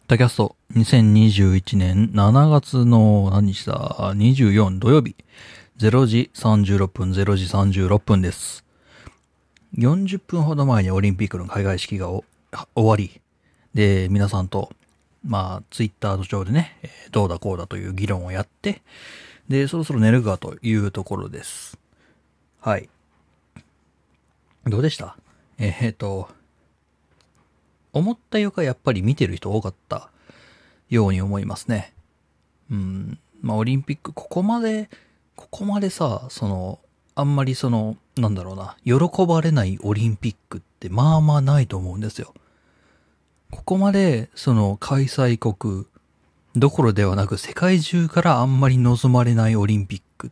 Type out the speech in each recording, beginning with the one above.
タキャスト2021年7月の何日だ24土曜日0時36分0時36分です。40分ほど前にオリンピックの開会式が終わりで、皆さんとツイッター上でね、どうだこうだという議論をやって、でそろそろ寝るかというところです。はい、どうでした？思ったよりかやっぱり見てる人多かったように思いますね。オリンピック、ここまでさ、あんまり喜ばれないオリンピックってないと思うんですよ。ここまで、開催国どころではなく世界中からあんまり望まれないオリンピックって、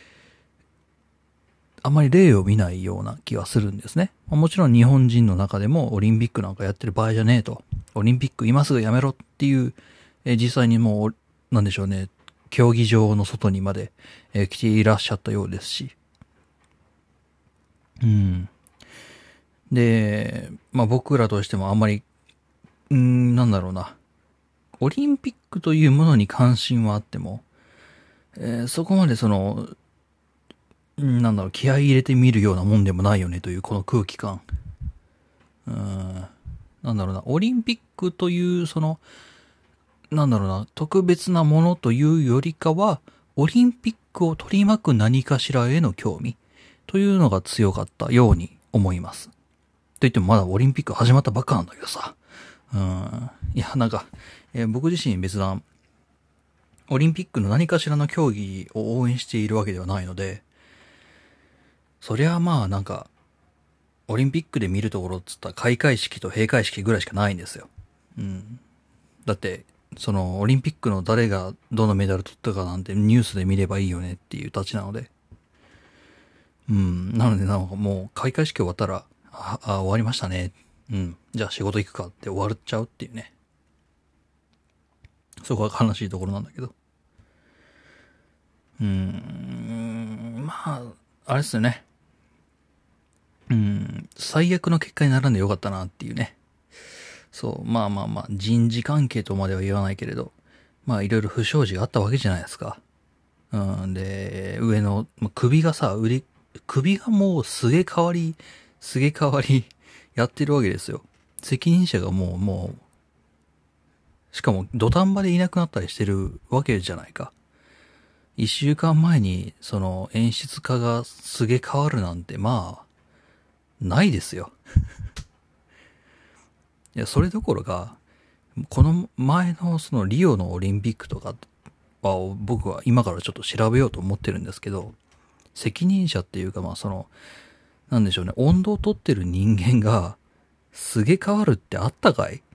あんまり例を見ないような気がするんですね。もちろん日本人の中でもオリンピックなんかやってる場合じゃねえと。オリンピック今すぐやめろっていう、実際にもう、なんでしょうね、競技場の外にまで、来ていらっしゃったようですし。で、僕らとしてもあんまり、オリンピックというものに関心はあっても、そこまで気合い入れてみるようなもんでもないよねというこの空気感。オリンピックという特別なものというよりかは、オリンピックを取り巻く何かしらへの興味というのが強かったように思います。と言ってもまだオリンピック始まったばっかなんだけどさ。僕自身別段、オリンピックの何かしらの競技を応援しているわけではないので、そりゃオリンピックで見るところっつったら開会式と閉会式ぐらいしかないんですよ。だって、オリンピックの誰がどのメダル取ったかなんてニュースで見ればいいよねっていうたちなので。なのでもう開会式終わったら、終わりましたね。じゃあ仕事行くかって終わっちゃうっていうね。そこは悲しいところなんだけど。あれですよね。最悪の結果にならんでよかったなっていうね。そう、人事関係とまでは言わないけれど、いろいろ不祥事があったわけじゃないですか。で、上の、首がもうすげ変わりやってるわけですよ。責任者がもう、しかも土壇場でいなくなったりしてるわけじゃないか。一週間前に、演出家がすげ変わるなんて、ないですよ。いや、それどころか、この前のリオのオリンピックとかは僕は今からちょっと調べようと思ってるんですけど、責任者っていうかなんでしょうね、温度を取ってる人間がすげ変わるってあったかい？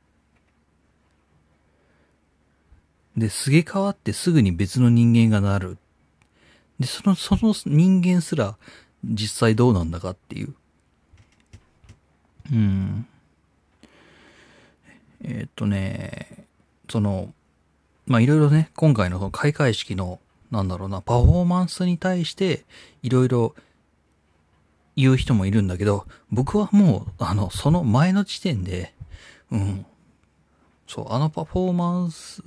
で、すげ変わってすぐに別の人間がなる。で、その人間すら実際どうなんだかっていう。いろいろね、今回のその開会式の、パフォーマンスに対して、いろいろ言う人もいるんだけど、僕はもう、その前の時点で、パフォーマンス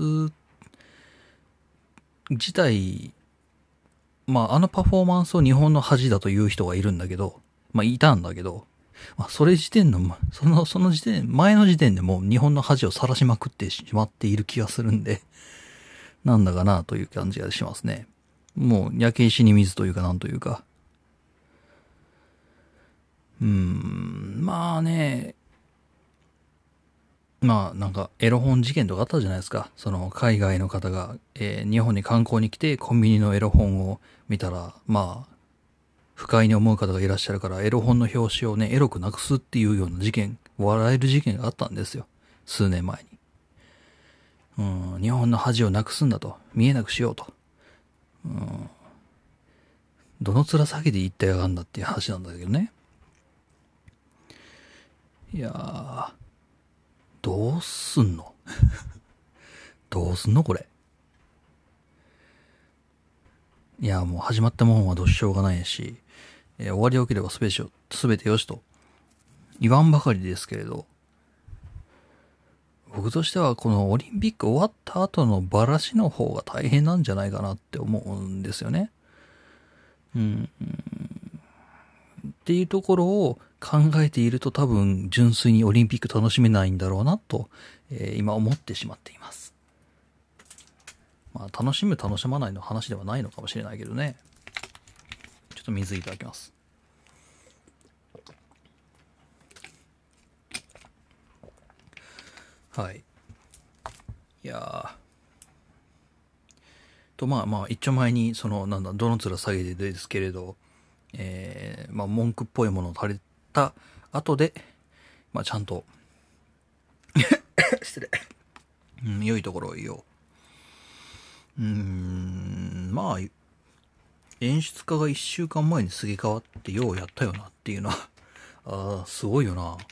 自体、パフォーマンスを日本の恥だという人がいるんだけど、いたんだけど、それ時点の、その時点、前の時点でもう日本の恥を晒しまくってしまっている気がするんで、なんだかなという感じがしますね。もう、焼け石に水というかなんというか。エロ本事件とかあったじゃないですか。海外の方が、日本に観光に来てコンビニのエロ本を見たら、不快に思う方がいらっしゃるから、エロ本の表紙をね、エロくなくすっていうような事件、笑える事件があったんですよ。数年前に。日本の恥をなくすんだと。見えなくしようと。どの面下げで言ったやがんだっていう話なんだけどね。いやー、どうすんのどうすんのこれ。いや、もう始まったもんはどうしようがないし、終わりよければすべてよしと言わんばかりですけれど、僕僕としてはこのオリンピック終わった後のバラシの方が大変なんじゃないかなって思うんですよね。っていうところを考えていると多分純粋にオリンピック楽しめないんだろうなと、今思ってしまっています。まあ楽しむ楽しまないの話ではないのかもしれないけどね。ちょっと水いただきます。はい。いやー。と、まあ一丁前に、どの面下げてですけれど、文句っぽいものを垂れた後で、ちゃんと失礼。良いところを言おう。演出家が1週間前にすげ替わってようやったよなっていうのは、すごいよな。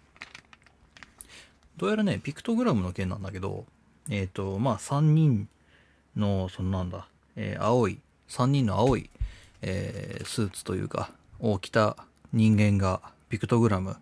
どうやらね、ピクトグラムの件なんだけど、3人の、3人の青い、スーツというか、を着た人間が、ピクトグラム、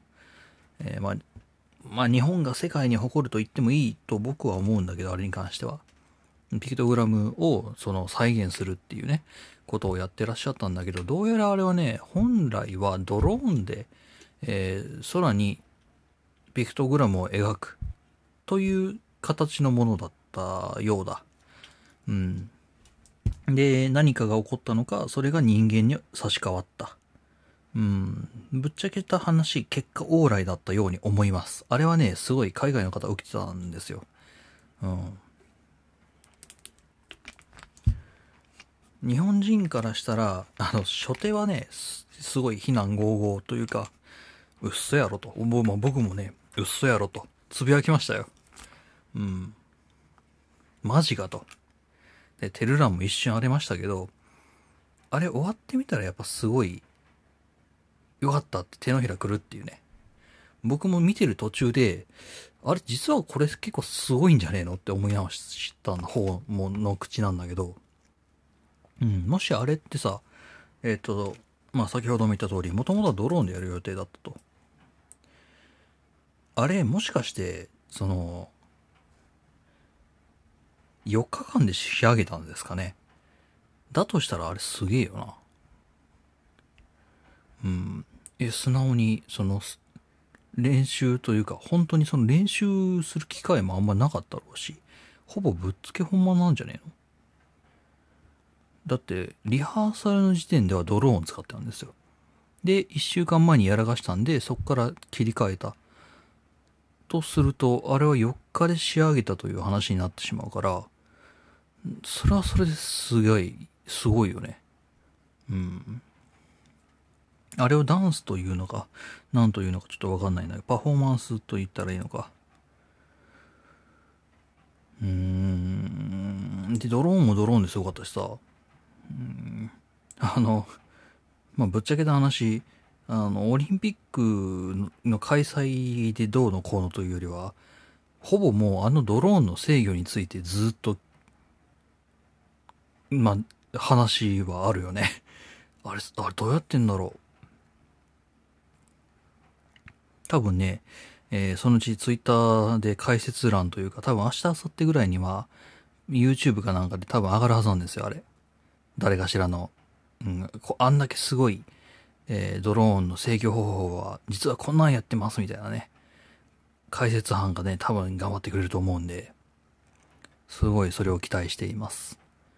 日本が世界に誇ると言ってもいいと僕は思うんだけど、あれに関しては。ピクトグラムを再現するっていうね、ことをやってらっしゃったんだけど、どうやらあれはね、本来はドローンで、空にピクトグラムを描くという形のものだったようだ。で、何かが起こったのか、それが人間に差し替わった。ぶっちゃけた話、結果オーライだったように思います。あれはね、すごい海外の方起きてたんですよ。日本人からしたら、初手はね、すごい非難合々というか、うっそやろと。僕もね、うっそやろと、つぶやきましたよ。マジかと。で、テルランも一瞬荒れましたけど、あれ終わってみたらやっぱすごい、よかったって手のひらくるっていうね。僕も見てる途中で、あれ実はこれ結構すごいんじゃねえのって思い直した方の口なんだけど、もしあれってさ、先ほども言った通り、もともとはドローンでやる予定だったと。あれ、もしかして、4日間で仕上げたんですかね。だとしたらあれすげえよな。素直に、練習というか、本当に練習する機会もあんまなかったろうし、ほぼぶっつけ本番なんじゃねえの？だって、リハーサルの時点ではドローン使ってたんですよ。で、1週間前にやらかしたんで、そこから切り替えた。とすると、あれは4日で仕上げたという話になってしまうから、それはそれですごいよね。あれをダンスというのか、何というのかちょっとわかんないんだけど、パフォーマンスと言ったらいいのか。で、ドローンもドローンですごかったしさ、ぶっちゃけた話、オリンピックの開催でどうのこうのというよりは、ほぼもうドローンの制御についてずっと、話はあるよね。あれどうやってんだろう。多分ね、そのうちツイッターで解説欄というか、多分明日、明後日ぐらいには、YouTube かなんかで多分上がるはずなんですよ、あれ。誰かしらの。あんだけすごい、ドローンの制御方法は、実はこんなんやってますみたいなね。解説班がね、多分頑張ってくれると思うんで、すごいそれを期待しています。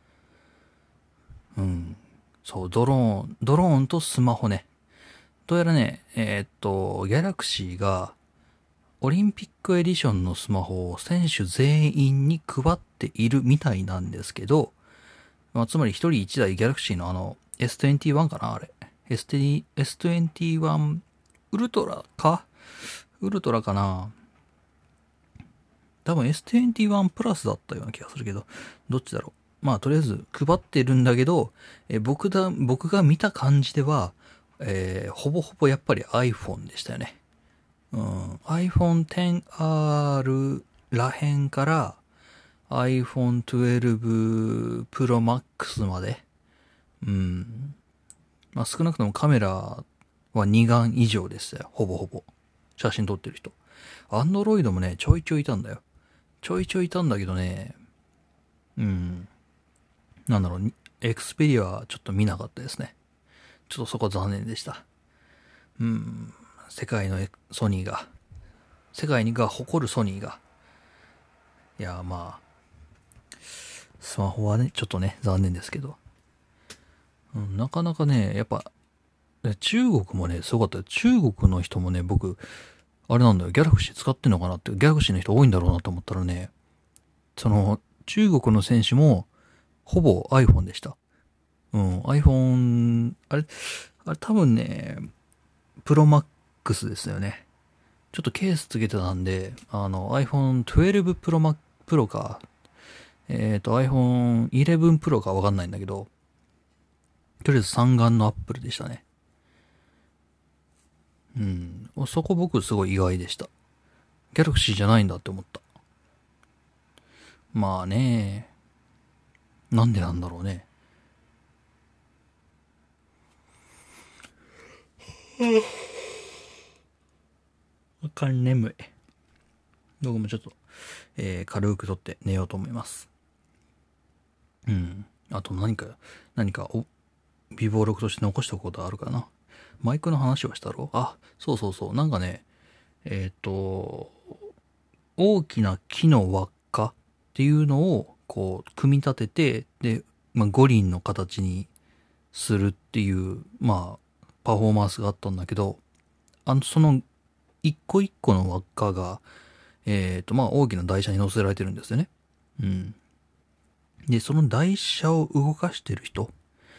そう、ドローンとスマホね。どうやらね、ギャラクシーが、オリンピックエディションのスマホを選手全員に配っているみたいなんですけど、つまり一人一台ギャラクシーのS21 かなあれ。S21 ウルトラかな多分 S21 プラスだったような気がするけど、どっちだろう。とりあえず配ってるんだけど、僕が見た感じでは、ほぼほぼやっぱり iPhone でしたよね。iPhone XR らへんから iPhone 12 Pro Max まで。少なくともカメラは2眼以上でしたよ。ほぼほぼ。写真撮ってる人。Android もね、ちょいちょいいたんだよ。 ちょいちょいいたんだけどね、うん。なんだろう、エクスペリアはちょっと見なかったですね。ちょっとそこ残念でした。うん。世界のソニーが、世界が誇るソニーが、いや、まあ、スマホはね、ちょっとね、残念ですけど。うん、なかなかね、やっぱ、中国もね、すごかったよ。中国の人もね、僕、あれなんだよ、ギャラクシー使ってんのかなって、ギャラクシーの人多いんだろうなと思ったらね、その、中国の選手も、ほぼ iPhone でした。うん、iPhone、あれ多分ね、プロマックスですよね。ちょっとケースつけてたんで、iPhone 12 Pro か、iPhone 11 Pro かわかんないんだけど、とりあえず三眼のアップルでしたね。うん。そこ僕すごい意外でした。ギャラクシーじゃないんだって思った。まあね、なんでなんだろうね。わかん眠い。僕もちょっと、軽く撮って寝ようと思います。うん。あと何か微暴録として残しておくことあるかな。マイクの話はしたろ？あ、そうそうそう。なんかね、えっ、と、大きな木の輪っかっていうのを、こう、組み立てて、で、五輪の形にするっていう、パフォーマンスがあったんだけど、その、一個一個の輪っかが、大きな台車に乗せられてるんですよね。うん。で、その台車を動かしてる人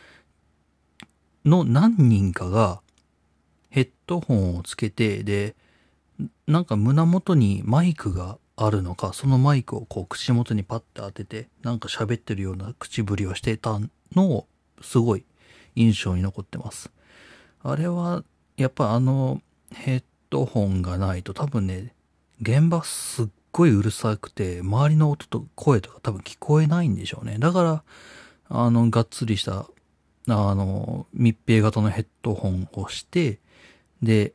の何人かが、ヘッドホンをつけて、で、なんか胸元にマイクがあるのか、そのマイクをこう口元にパッて当てて、なんか喋ってるような口ぶりをしてたのを、すごい印象に残ってます。あれは、やっぱヘッドホンがないと多分ね、現場すっごいうるさくて、周りの音と声とか多分聞こえないんでしょうね。だから、がっつりした、密閉型のヘッドホンをして、で、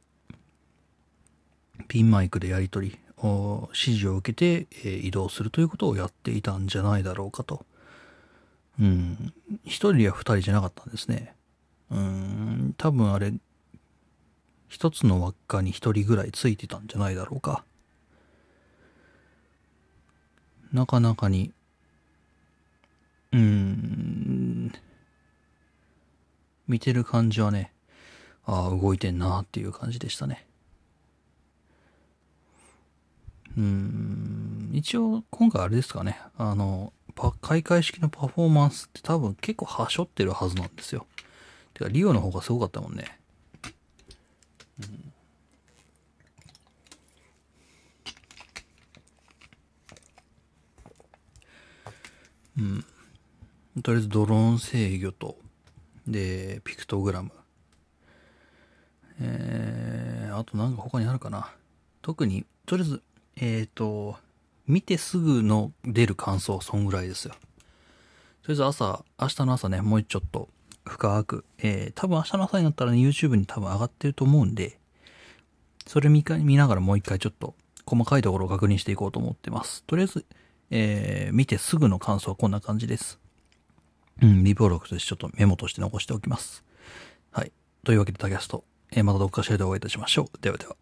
ピンマイクでやり取り、指示を受けて、移動するということをやっていたんじゃないだろうかと。うん。一人や二人じゃなかったんですね。多分あれ、一つの輪っかに一人ぐらいついてたんじゃないだろうか。なかなかに、見てる感じはね、ああ、動いてんなっていう感じでしたね。一応、今回あれですかね。開会式のパフォーマンスって多分結構はしょってるはずなんですよ。てか、リオの方がすごかったもんね。とりあえずドローン制御と、で、ピクトグラム。あとなんか他にあるかな。特に、とりあえず、見てすぐの出る感想はそんぐらいですよ。とりあえず明日の朝ね、もうちょっと深く、多分明日の朝になったらね、YouTube に多分上がってると思うんで、それ見ながらもう一回ちょっと細かいところを確認していこうと思ってます。とりあえず、見てすぐの感想はこんな感じです。微暴録としてちょっとメモとして残しておきます。はい。というわけで、タキャスト、またどっかしらでお会いいたしましょう。ではでは。